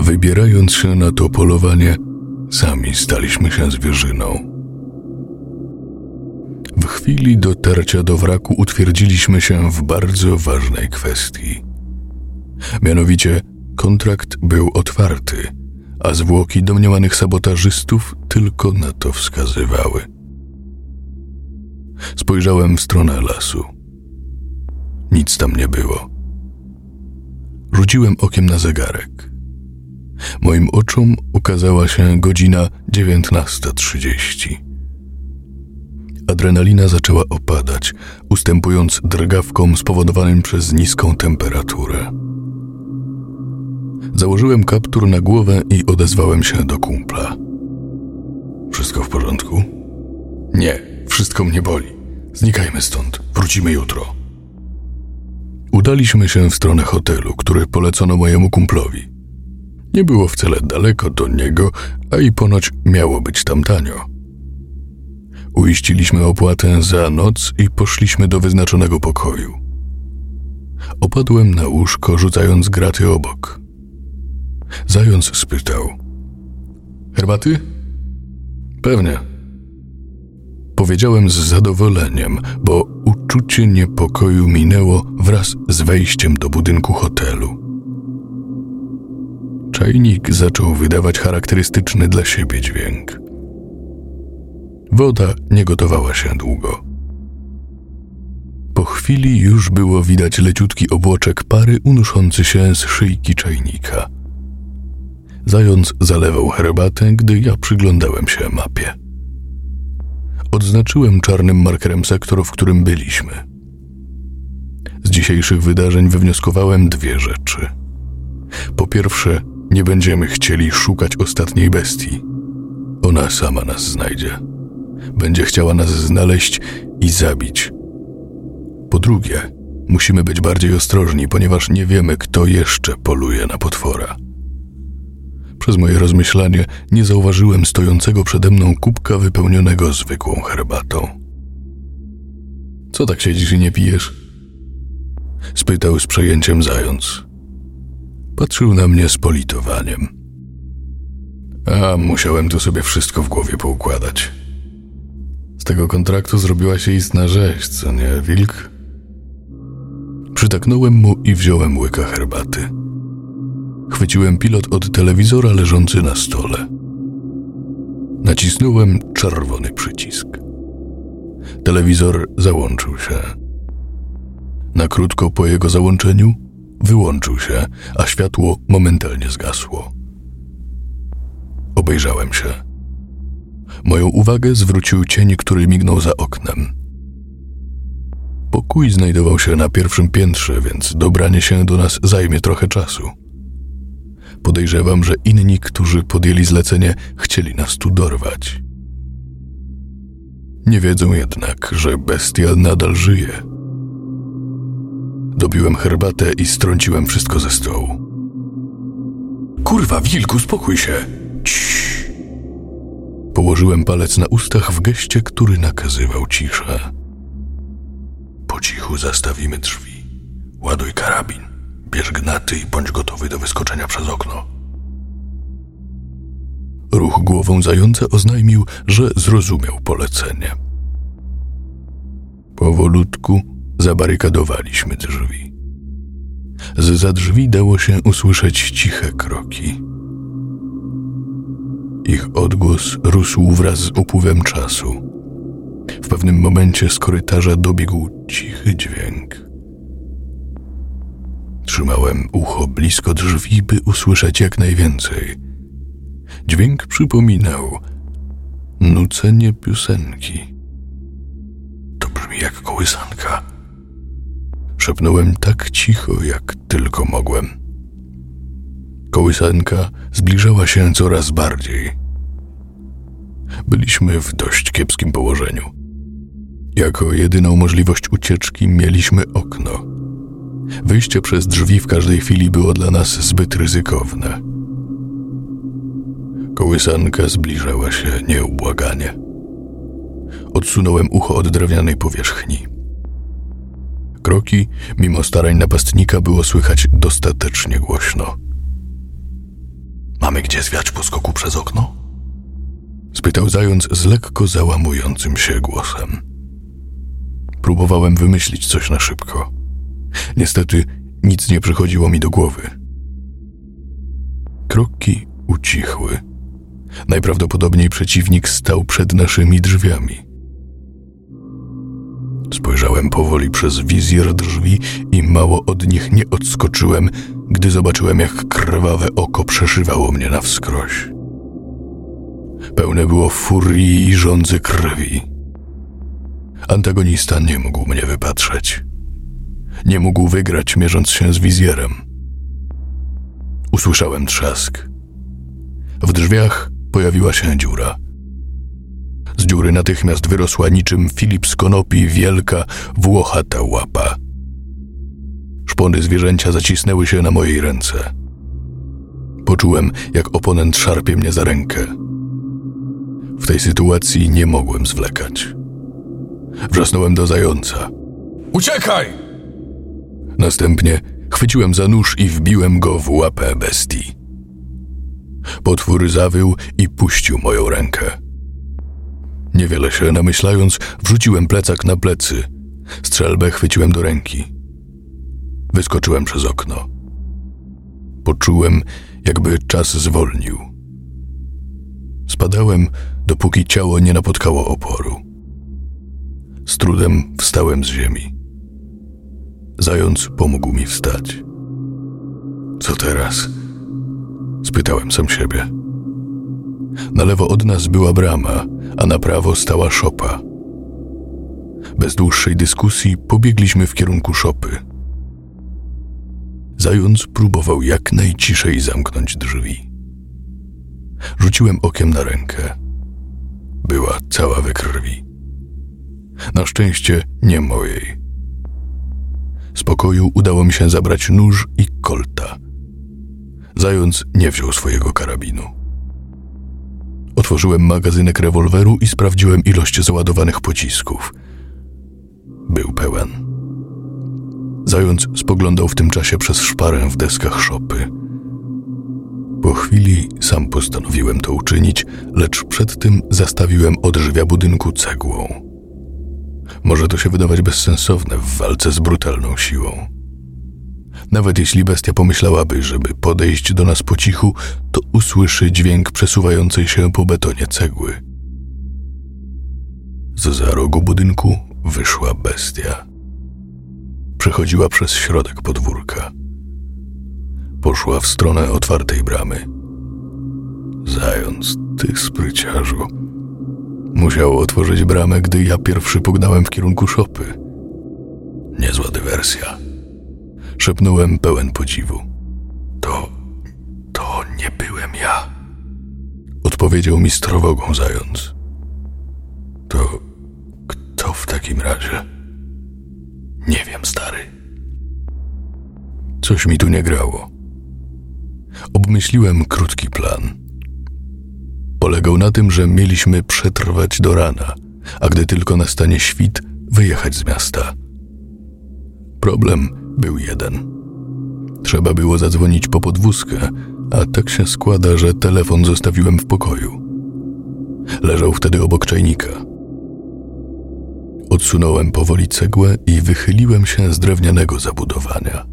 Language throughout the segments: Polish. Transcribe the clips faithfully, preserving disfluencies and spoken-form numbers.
Wybierając się na to polowanie, sami staliśmy się zwierzyną. W chwili dotarcia do wraku utwierdziliśmy się w bardzo ważnej kwestii. Mianowicie kontrakt był otwarty, a zwłoki domniemanych sabotażystów tylko na to wskazywały. Spojrzałem w stronę lasu. Nic tam nie było. Rzuciłem okiem na zegarek. Moim oczom ukazała się godzina dziewiętnasta trzydzieści. Adrenalina zaczęła opadać, ustępując drgawkom spowodowanym przez niską temperaturę. Założyłem kaptur na głowę i odezwałem się do kumpla. Wszystko w porządku? Nie, wszystko mnie boli. Znikajmy stąd, wrócimy jutro. Udaliśmy się w stronę hotelu, który polecono mojemu kumplowi. Nie było wcale daleko do niego, a i ponoć miało być tam tanio. Uiściliśmy opłatę za noc i poszliśmy do wyznaczonego pokoju. Opadłem na łóżko, rzucając graty obok. Zając spytał: herbaty? Pewnie. Powiedziałem z zadowoleniem, bo uczucie niepokoju minęło wraz z wejściem do budynku hotelu. Czajnik zaczął wydawać charakterystyczny dla siebie dźwięk. Woda nie gotowała się długo. Po chwili już było widać leciutki obłoczek pary unoszący się z szyjki czajnika. Zając zalewał herbatę, gdy ja przyglądałem się mapie. Odznaczyłem czarnym markerem sektor, w którym byliśmy. Z dzisiejszych wydarzeń wywnioskowałem dwie rzeczy. Po pierwsze, nie będziemy chcieli szukać ostatniej bestii. Ona sama nas znajdzie. Będzie chciała nas znaleźć i zabić. Po drugie, musimy być bardziej ostrożni, ponieważ nie wiemy, kto jeszcze poluje na potwora. Przez moje rozmyślanie nie zauważyłem stojącego przede mną kubka wypełnionego zwykłą herbatą. Co tak siedzisz i nie pijesz? Spytał z przejęciem zając. Patrzył na mnie z politowaniem. A musiałem tu sobie wszystko w głowie poukładać. Z tego kontraktu zrobiła się istna rzeź, co nie, wilk? Przytaknąłem mu i wziąłem łyka herbaty. Chwyciłem pilot od telewizora leżący na stole. Nacisnąłem czerwony przycisk. Telewizor załączył się. Na krótko po jego załączeniu wyłączył się, a światło momentalnie zgasło. Obejrzałem się. Moją uwagę zwrócił cień, który mignął za oknem. Pokój znajdował się na pierwszym piętrze, więc dobranie się do nas zajmie trochę czasu. Podejrzewam, że inni, którzy podjęli zlecenie, chcieli nas tu dorwać. Nie wiedzą jednak, że bestia nadal żyje. Dobiłem herbatę i strąciłem wszystko ze stołu. Kurwa, wilku, spokój się! Ciii. Położyłem palec na ustach w geście, który nakazywał ciszę. Po cichu zastawimy drzwi. Ładuj karabin, bierz gnaty i bądź gotowy do wyskoczenia przez okno. Ruch głową zająca oznajmił, że zrozumiał polecenie. Powolutku zabarykadowaliśmy drzwi. Zza drzwi dało się usłyszeć ciche kroki. Ich odgłos rósł wraz z upływem czasu. W pewnym momencie z korytarza dobiegł cichy dźwięk. Trzymałem ucho blisko drzwi, by usłyszeć jak najwięcej. Dźwięk przypominał nucenie piosenki. To brzmi jak kołysanka. Szepnąłem tak cicho, jak tylko mogłem. Kołysanka zbliżała się coraz bardziej. Byliśmy w dość kiepskim położeniu. Jako jedyną możliwość ucieczki mieliśmy okno. Wyjście przez drzwi w każdej chwili było dla nas zbyt ryzykowne. Kołysanka zbliżała się nieubłaganie. Odsunąłem ucho od drewnianej powierzchni. Kroki, mimo starań napastnika, było słychać dostatecznie głośno. Mamy gdzie zwiać po skoku przez okno? Spytał zając z lekko załamującym się głosem. Próbowałem wymyślić coś na szybko. Niestety nic nie przychodziło mi do głowy. Kroki ucichły. Najprawdopodobniej przeciwnik stał przed naszymi drzwiami. Spojrzałem powoli przez wizjer drzwi i mało od nich nie odskoczyłem, gdy zobaczyłem, jak krwawe oko przeszywało mnie na wskroś. Pełne było furii i żądzy krwi. Antagonista nie mógł mnie wypatrzeć. Nie mógł wygrać, mierząc się z wizjerem. Usłyszałem trzask. W drzwiach pojawiła się dziura. Z dziury natychmiast wyrosła niczym Filip z konopi wielka, włochata łapa. Szpony zwierzęcia zacisnęły się na mojej ręce. Poczułem, jak oponent szarpie mnie za rękę. W tej sytuacji nie mogłem zwlekać. Wrzasnąłem do zająca. Uciekaj! Następnie chwyciłem za nóż i wbiłem go w łapę bestii. Potwór zawył i puścił moją rękę. Niewiele się namyślając, wrzuciłem plecak na plecy. Strzelbę chwyciłem do ręki. Wyskoczyłem przez okno. Poczułem, jakby czas zwolnił. Spadałem, dopóki ciało nie napotkało oporu. Z trudem wstałem z ziemi. Zając pomógł mi wstać. Co teraz? Spytałem sam siebie. Na lewo od nas była brama, a na prawo stała szopa. Bez dłuższej dyskusji pobiegliśmy w kierunku szopy. Zając próbował jak najciszej zamknąć drzwi. Rzuciłem okiem na rękę. Była cała we krwi. Na szczęście nie mojej. Z pokoju udało mi się zabrać nóż i kolta. Zając nie wziął swojego karabinu. Otworzyłem magazynek rewolweru i sprawdziłem ilość załadowanych pocisków. Był pełen. Zając spoglądał w tym czasie przez szparę w deskach szopy. Po chwili sam postanowiłem to uczynić, lecz przed tym zastawiłem odrzwia budynku cegłą. Może to się wydawać bezsensowne w walce z brutalną siłą. Nawet jeśli bestia pomyślałaby, żeby podejść do nas po cichu, to usłyszy dźwięk przesuwającej się po betonie cegły. Zza rogu budynku wyszła bestia. Przechodziła przez środek podwórka. Poszła w stronę otwartej bramy. Zając, ty spryciarzu. Musiał otworzyć bramę, gdy ja pierwszy pognałem w kierunku szopy. Niezła dywersja. Szepnąłem pełen podziwu. To... to nie byłem ja. Odpowiedział mi z trwogą zając. To... kto w takim razie? Nie wiem, stary. Coś mi tu nie grało. Obmyśliłem krótki plan. Polegał na tym, że mieliśmy przetrwać do rana, a gdy tylko nastanie świt, wyjechać z miasta. Problem był jeden. Trzeba było zadzwonić po podwózkę, a tak się składa, że telefon zostawiłem w pokoju. Leżał wtedy obok czajnika. Odsunąłem powoli cegłę i wychyliłem się z drewnianego zabudowania.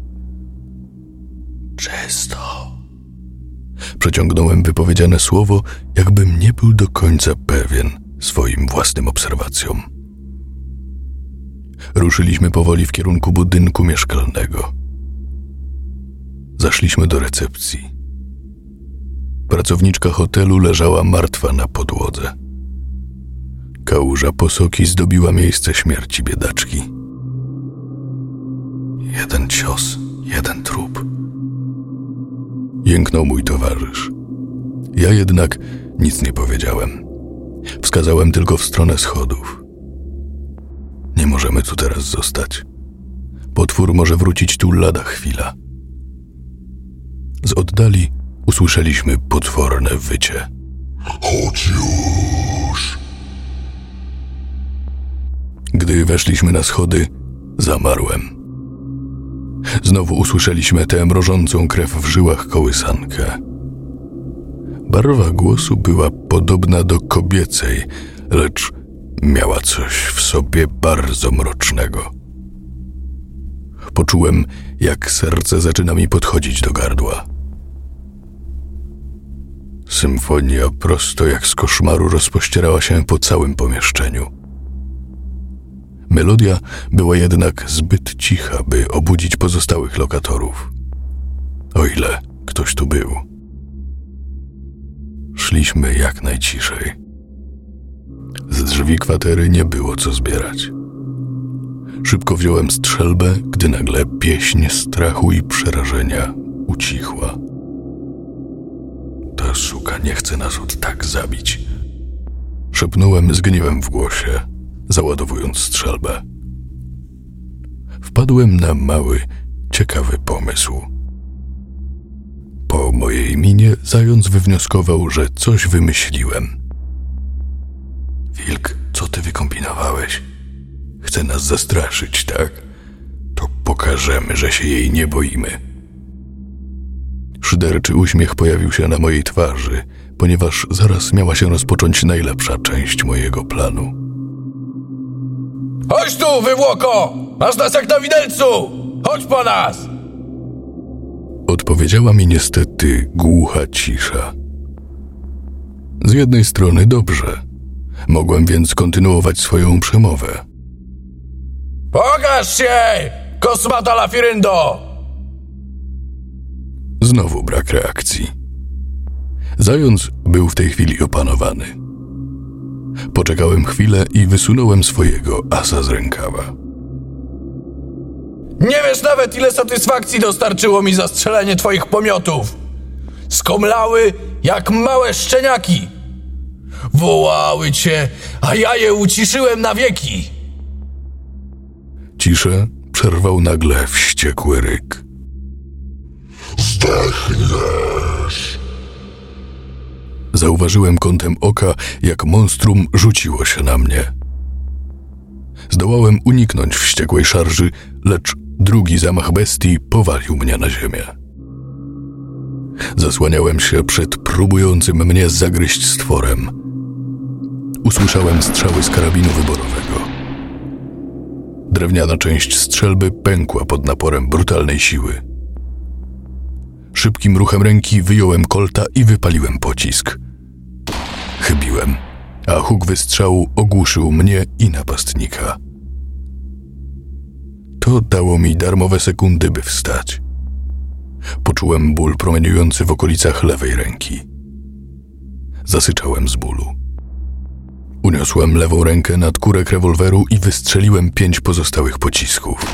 Czysto. Przeciągnąłem wypowiedziane słowo, jakbym nie był do końca pewien swoim własnym obserwacjom. Ruszyliśmy powoli w kierunku budynku mieszkalnego. Zaszliśmy do recepcji. Pracowniczka hotelu leżała martwa na podłodze. Kałuża posoki zdobiła miejsce śmierci biedaczki. Jeden cios, jeden trup. Jęknął mój towarzysz. Ja jednak nic nie powiedziałem. Wskazałem tylko w stronę schodów. Nie możemy tu teraz zostać. Potwór może wrócić tu lada chwila. Z oddali usłyszeliśmy potworne wycie. Chodź już! Gdy weszliśmy na schody, zamarłem. Znowu usłyszeliśmy tę mrożącą krew w żyłach kołysankę. Barwa głosu była podobna do kobiecej, lecz miała coś w sobie bardzo mrocznego. Poczułem, jak serce zaczyna mi podchodzić do gardła. Symfonia prosto jak z koszmaru rozpościerała się po całym pomieszczeniu. Melodia była jednak zbyt cicha, by obudzić pozostałych lokatorów. O ile ktoś tu był. Szliśmy jak najciszej. Z drzwi kwatery nie było co zbierać. Szybko wziąłem strzelbę, gdy nagle pieśń strachu i przerażenia ucichła. Ta suka nie chce nas od tak zabić. Szepnąłem z gniewem w głosie, załadowując strzelbę. Wpadłem na mały, ciekawy pomysł. Po mojej minie zając wywnioskował, że coś wymyśliłem. Wilk, co ty wykombinowałeś? Chce nas zastraszyć, tak? To pokażemy, że się jej nie boimy. Szyderczy uśmiech pojawił się na mojej twarzy, ponieważ zaraz miała się rozpocząć najlepsza część mojego planu. Chodź tu, wywłoko! Masz nas jak na widelcu! Chodź po nas! Odpowiedziała mi niestety głucha cisza. Z jednej strony dobrze. Mogłem więc kontynuować swoją przemowę. Pokaż się! Kosmata lafiryndo! Znowu brak reakcji. Zając był w tej chwili opanowany. Poczekałem chwilę i wysunąłem swojego asa z rękawa. Nie wiesz nawet, ile satysfakcji dostarczyło mi zastrzelenie twoich pomiotów. Skomlały jak małe szczeniaki. Wołały cię, a ja je uciszyłem na wieki. Ciszę przerwał nagle wściekły ryk. Zdechniesz! Zauważyłem kątem oka, jak monstrum rzuciło się na mnie. Zdołałem uniknąć wściekłej szarży, lecz drugi zamach bestii powalił mnie na ziemię. Zasłaniałem się przed próbującym mnie zagryźć stworem. Usłyszałem strzały z karabinu wyborowego. Drewniana część strzelby pękła pod naporem brutalnej siły. Szybkim ruchem ręki wyjąłem kolta i wypaliłem pocisk. Chybiłem, a huk wystrzału ogłuszył mnie i napastnika. To dało mi darmowe sekundy, by wstać. Poczułem ból promieniujący w okolicach lewej ręki. Zasyczałem z bólu. Uniosłem lewą rękę nad kurek rewolweru i wystrzeliłem pięć pozostałych pocisków.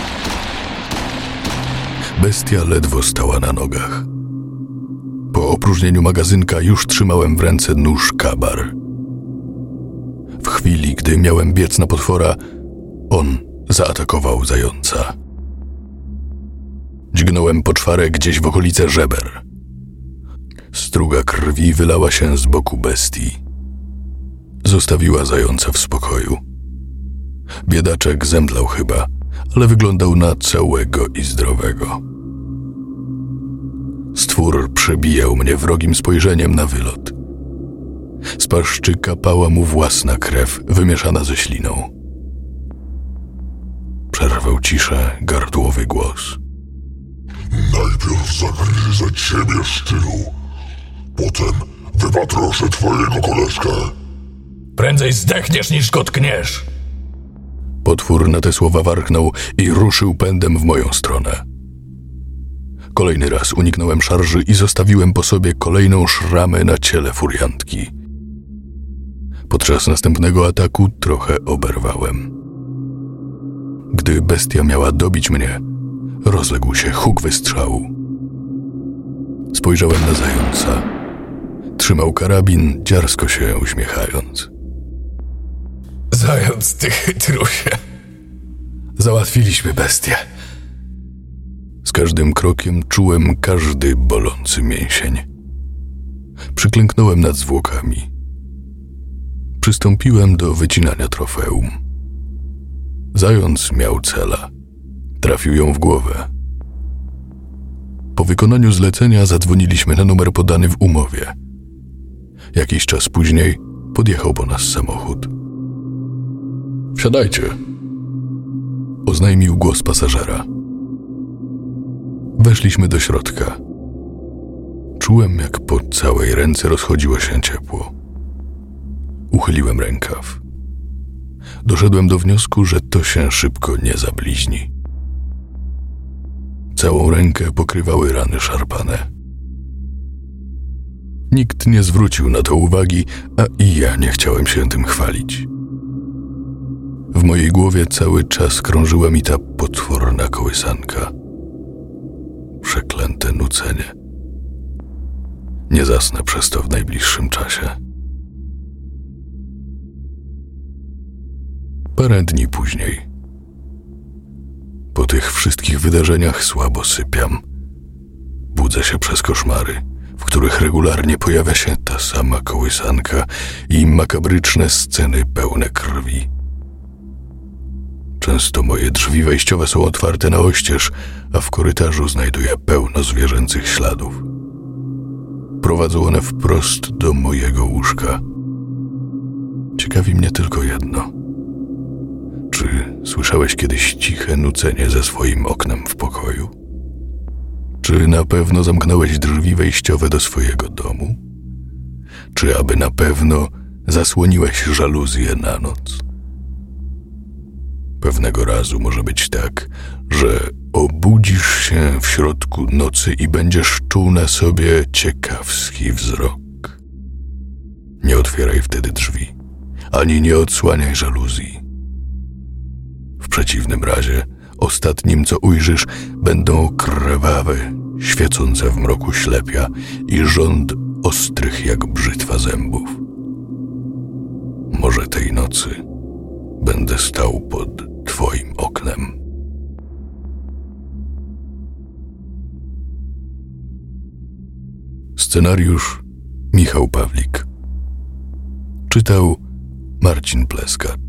Bestia ledwo stała na nogach. Po opróżnieniu magazynka już trzymałem w ręce nóż kabar. W chwili, gdy miałem biec na potwora, on zaatakował zająca. Dźgnąłem poczwarę gdzieś w okolice żeber. Struga krwi wylała się z boku bestii. Zostawiła zająca w spokoju. Biedaczek zemdlał chyba, ale wyglądał na całego i zdrowego. Stwór przebijał mnie wrogim spojrzeniem na wylot. Z paszczy kapała mu własna krew, wymieszana ze śliną. Przerwał ciszę gardłowy głos. Najpierw zagryzę ciebie, Sztylu. Potem wypatroszę twojego koleżkę. Prędzej zdechniesz niż go tkniesz. Potwór na te słowa warknął i ruszył pędem w moją stronę. Kolejny raz uniknąłem szarży i zostawiłem po sobie kolejną szramę na ciele furiantki. Podczas następnego ataku trochę oberwałem. Gdy bestia miała dobić mnie, rozległ się huk wystrzału. Spojrzałem na zająca. Trzymał karabin, dziarsko się uśmiechając. Zając, ty chytrusie. Załatwiliśmy bestię. Z każdym krokiem czułem każdy bolący mięsień. Przyklęknąłem nad zwłokami. Przystąpiłem do wycinania trofeum. Zając miał cela. Trafił ją w głowę. Po wykonaniu zlecenia zadzwoniliśmy na numer podany w umowie. Jakiś czas później podjechał po nas samochód. Wsiadajcie, oznajmił głos pasażera. Weszliśmy do środka. Czułem, jak po całej ręce rozchodziło się ciepło. Uchyliłem rękaw. Doszedłem do wniosku, że to się szybko nie zabliźni. Całą rękę pokrywały rany szarpane. Nikt nie zwrócił na to uwagi, a i ja nie chciałem się tym chwalić. W mojej głowie cały czas krążyła mi ta potworna kołysanka. Przeklęte nucenie. Nie zasnę przez to w najbliższym czasie. Parę dni później. Po tych wszystkich wydarzeniach słabo sypiam. Budzę się przez koszmary, w których regularnie pojawia się ta sama kołysanka i makabryczne sceny pełne krwi. Często moje drzwi wejściowe są otwarte na oścież, a w korytarzu znajduję pełno zwierzęcych śladów. Prowadzą one wprost do mojego łóżka. Ciekawi mnie tylko jedno. Czy słyszałeś kiedyś ciche nucenie ze swoim oknem w pokoju? Czy na pewno zamknąłeś drzwi wejściowe do swojego domu? Czy aby na pewno zasłoniłeś żaluzję na noc? Pewnego razu może być tak, że obudzisz się w środku nocy i będziesz czuł na sobie ciekawski wzrok. Nie otwieraj wtedy drzwi, ani nie odsłaniaj żaluzji. W przeciwnym razie ostatnim, co ujrzysz, będą krwawe, świecące w mroku ślepia i rząd ostrych jak brzytwa zębów. Może tej nocy będę stał pod twoim oknem. Scenariusz Michał Pawlik. Czytał Marcin Pleska.